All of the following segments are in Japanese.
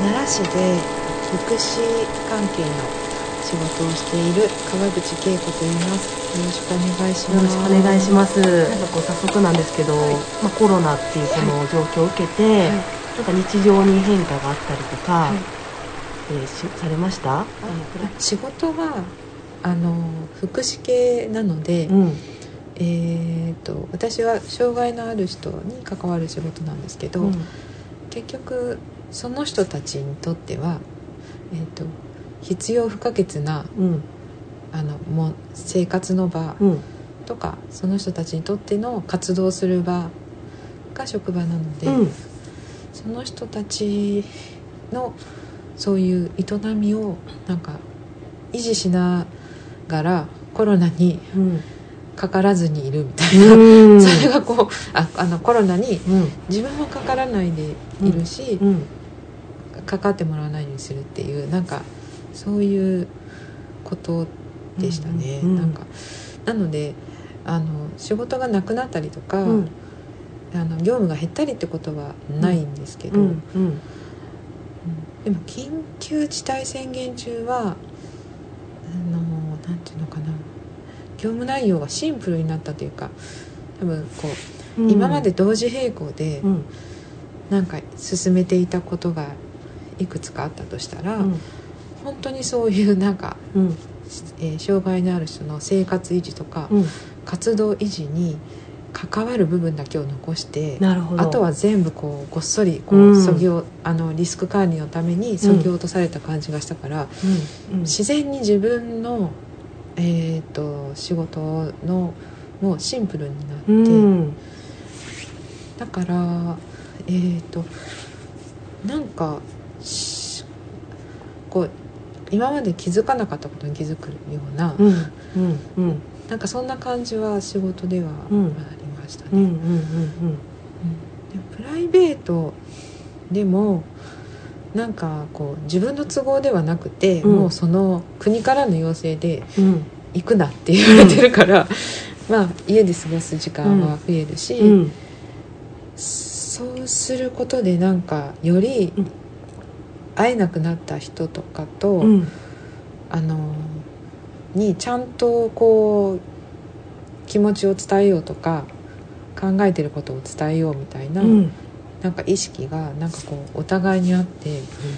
奈良市で福祉関係の仕事をしている川口恵子と言います。よろしくお願いします。 よろしくお願いします。なんかこう早速なんですけど、コロナっていうこの状況を受けて、なんか日常に変化があったりとか、されました？ 仕事は福祉系なので、私は障害のある人に関わる仕事なんですけど、結局その人たちにとっては、必要不可欠な、もう生活の場とか、その人たちにとっての活動する場が職場なので、その人たちのそういう営みをなんか維持しながらコロナにかからずにいるみたいな、それがこうコロナに自分もかからないでいるし、かかってもらわないようにするっていう、なんかそういうことでしたね。なんかなので仕事がなくなったりとか、業務が減ったりってことはないんですけど、でも緊急事態宣言中はなんていうのかな、業務内容がシンプルになったというか、多分こう、今まで同時並行でなんか進めていたことがいくつかあったとしたら、本当にそういうなんか、障害のある人の生活維持とか、活動維持に関わる部分だけを残して、あとは全部こうごっそりこう削ぎをリスク管理のために削ぎ落とされた感じがしたから、自然に自分の、仕事のもうシンプルになって、だからなんかこう今まで気づかなかったことに気づくような、なんかそんな感じは仕事ではありましたね。プライベートでもなんかこう自分の都合ではなくて、もうその国からの要請で行くなって言われてるから、まあ家で過ごす時間は増えるし、そうすることでなんかより会えなくなった人とかと、にちゃんとこう気持ちを伝えようとか、考えてることを伝えようみたいな、なんか意識がなんかこうお互いにあって、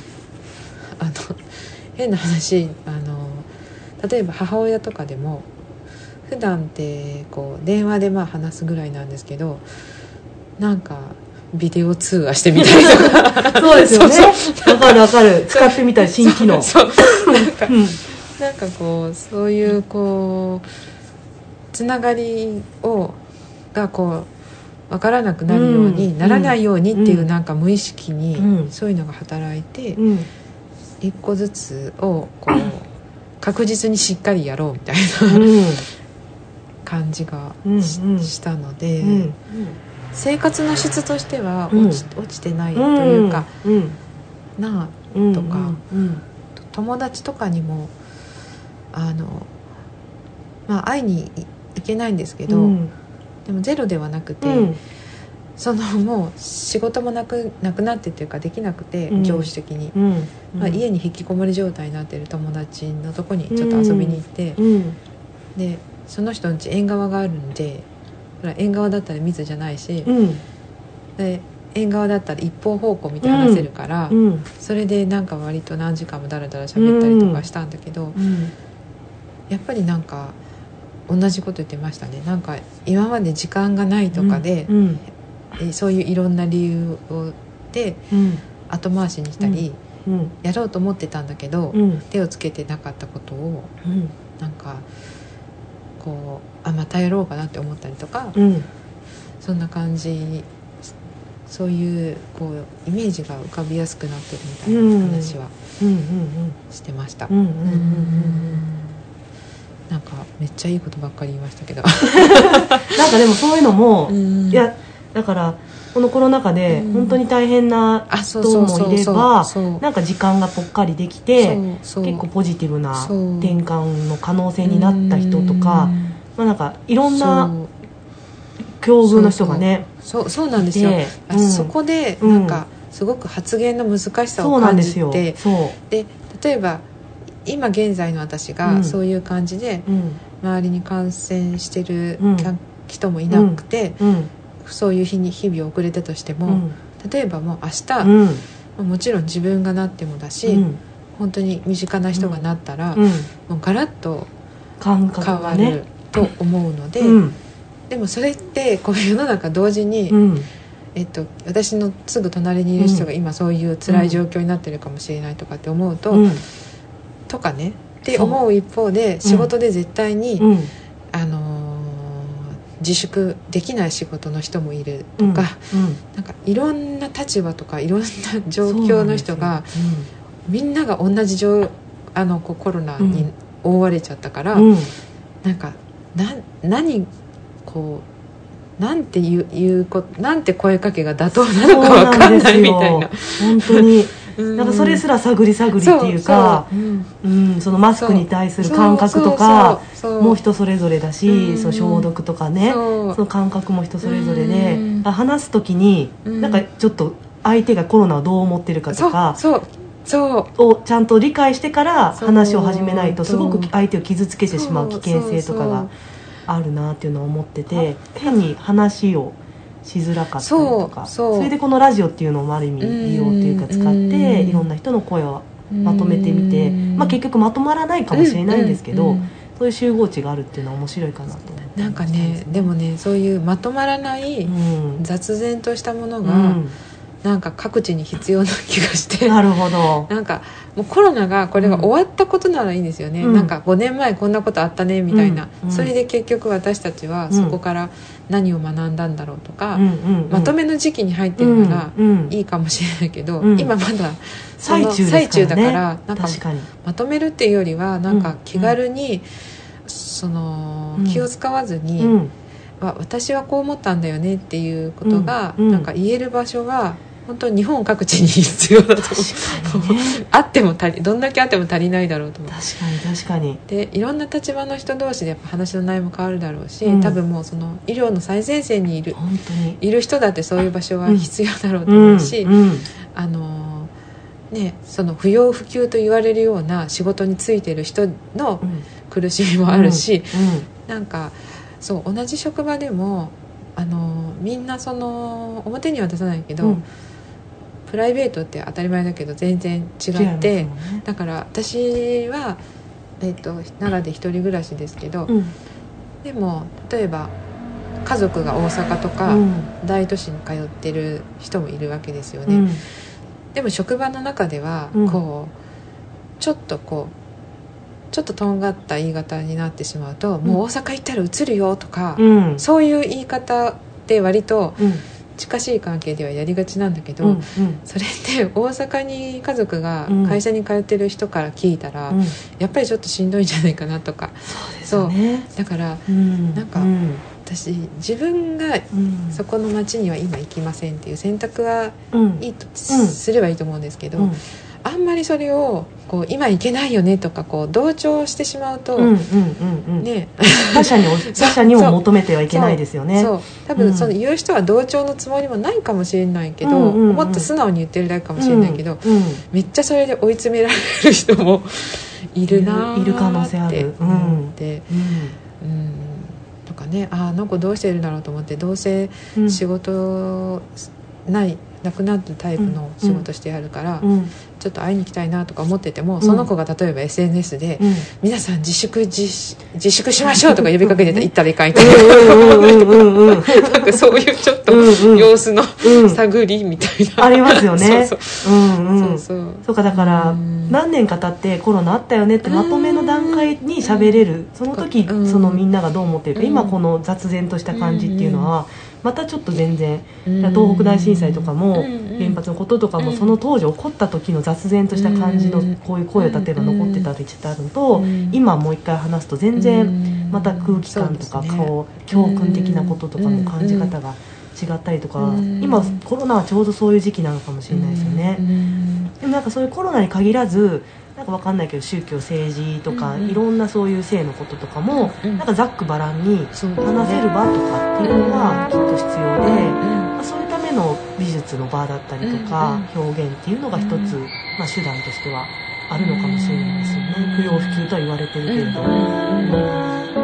変な話、例えば母親とかでも普段ってこう電話でまあ話すぐらいなんですけど、なんかビデオ通話してみたりとかそうですよね。わかるわかる。使ってみたい新機能。 なんかこうそういうこうつながりがこう分からなくなるように、ならないようにっていう、なんか無意識にそういうのが働いて、一個ずつをこう確実にしっかりやろうみたいな感じがしたので、生活の質としては落ちてないというか、なあとか、友達とかにも会いに行けないんですけど、でもゼロではなくて、そのもう仕事もなくなってっていうかできなくて、業種的に、家に引きこもり状態になってる友達のとこにちょっと遊びに行って、でその人の家縁側があるんで、縁側だったら密じゃないし、で縁側だったら一方方向見て話せるから、それでなんか割と何時間もだらだら喋ったりとかしたんだけど、やっぱりなんか同じこと言ってましたね。なんか今まで時間がないとかで、そういういろんな理由で後回しにしたり、やろうと思ってたんだけど、手をつけてなかったことを、なんかこうまたやろうかなって思ったりとか、そんな感じ、そういうこうイメージが浮かびやすくなってるみたいな話はしてました。なんかめっちゃいいことばっかり言いましたけどなんかでもそういうのも、いやだからこのコロナ禍で本当に大変な人もいれば、なんか時間がぽっかりできて、結構ポジティブな転換の可能性になった人とか、なんかいろんな境遇の人がね、 そうなんですよ。そこでなんかすごく発言の難しさを感じて、で例えば今現在の私がそういう感じで、周りに感染してる人もいなくて、そういう日々を送れたとしても、例えばもう明日、もちろん自分がなってもだし、本当に身近な人がなったら、もうガラッと変わると思うので、でもそれってこう世の中同時に、私のすぐ隣にいる人が今そういう辛い状況になってるかもしれないとかって思うと、とかねって思う一方で、仕事で絶対に、自粛できない仕事の人もいるとか、なんかいろんな立場とかいろんな状況の人が、みんなが同じコロナに覆われちゃったから、なんか何こうなんてなんて声かけが妥当なのか分かんないみたいな、 本当になんかそれすら探りっていうか、そのマスクに対する感覚とかもう人それぞれだし、その消毒とかね、その感覚も人それぞれで、話す時になんかちょっと相手がコロナをどう思ってるかとかをちゃんと理解してから話を始めないと、すごく相手を傷つけてしまう危険性とかがあるなっていうのを思ってて、変に話をしづらかったりとか、それでこのラジオっていうのをある意味利用っていうか使っていろんな人の声をまとめてみて、結局まとまらないかもしれないんですけど、そういう集合値があるっていうのは面白いかなと思って、 なんかね、でもね、そういうまとまらない雑然としたものが、なんか各地に必要な気がして、 なるほど。 なんかもうコロナがこれが終わったことならいいんですよね、なんか5年前こんなことあったねみたいな、それで結局私たちはそこから何を学んだんだろうとか、まとめの時期に入ってるならいいかもしれないけど、今まだその最中だから、なんかまとめるっていうよりはなんか気軽にその気を使わずに、私はこう思ったんだよねっていうことがなんか言える場所は本当に日本各地に必要だと思う。あってもどんだけあっても足りないだろうと思う。 確かにで、いろんな立場の人同士でやっぱ話の内容も変わるだろうし、多分もうその医療の最前線にいる人だってそういう場所は必要だろうと思うし、その不要不急と言われるような仕事についてる人の苦しみもあるし、なんかそう同じ職場でもみんなその表には出さないけど、プライベートって当たり前だけど全然違って、だから私は、奈良で一人暮らしですけど、でも例えば家族が大阪とか、大都市に通ってる人もいるわけですよね、でも職場の中ではこう、ちょっととんがった言い方になってしまうと、もう大阪行ったら移るよとか、そういう言い方って割と近しい関係ではやりがちなんだけど、それって大阪に家族が会社に通ってる人から聞いたら、やっぱりちょっとしんどいんじゃないかなとか、そうだから、なんか私自分がそこの町には今行きませんっていう選択はいいとすればいいと思うんですけど、あんまりそれをこう今いけないよねとかこう同調してしまうと、ね、 他者にも求めてはいけないですよね。 そう多分その言う人は同調のつもりもないかもしれないけど、もっと素直に言ってるだけかもしれないけど、めっちゃそれで追い詰められる人もいるな、 いる可能性ある思って、とかね、あの子どうしてるんだろうと思って、どうせ仕事なくなったタイプの仕事してやるから、ちょっと会いに行きたいなとか思ってても、その子が例えば SNS で、皆さん自粛しましょうとか呼びかけて行ったらいかんとか、なんかそういうちょっと様子の探りみたいな、 ありますよね。そうか、だから何年か経ってコロナあったよねってまとめの段階に喋れる、その時そのみんながどう思ってるか、今この雑然とした感じっていうのはまたちょっと全然、東北大震災とかも原発のこととかも、その当時起こった時の雑然とした感じのこういう声を例えば残ってたりしてあるのと、今もう一回話すと全然また空気感とか教訓的なこととかの感じ方が違ったりとか、今コロナはちょうどそういう時期なのかもしれないですよね。でもなんかそういうコロナに限らず、なんかわかんないけど宗教政治とか、いろんなそういう性のこととかも、なんかざっくばらんに話せる場とかっていうのはきっと必要で、そういうための美術のの場だったりとか、表現っていうのが一つ、手段としてはあるのかもしれないですよね。不要不急とは言われてるけれど。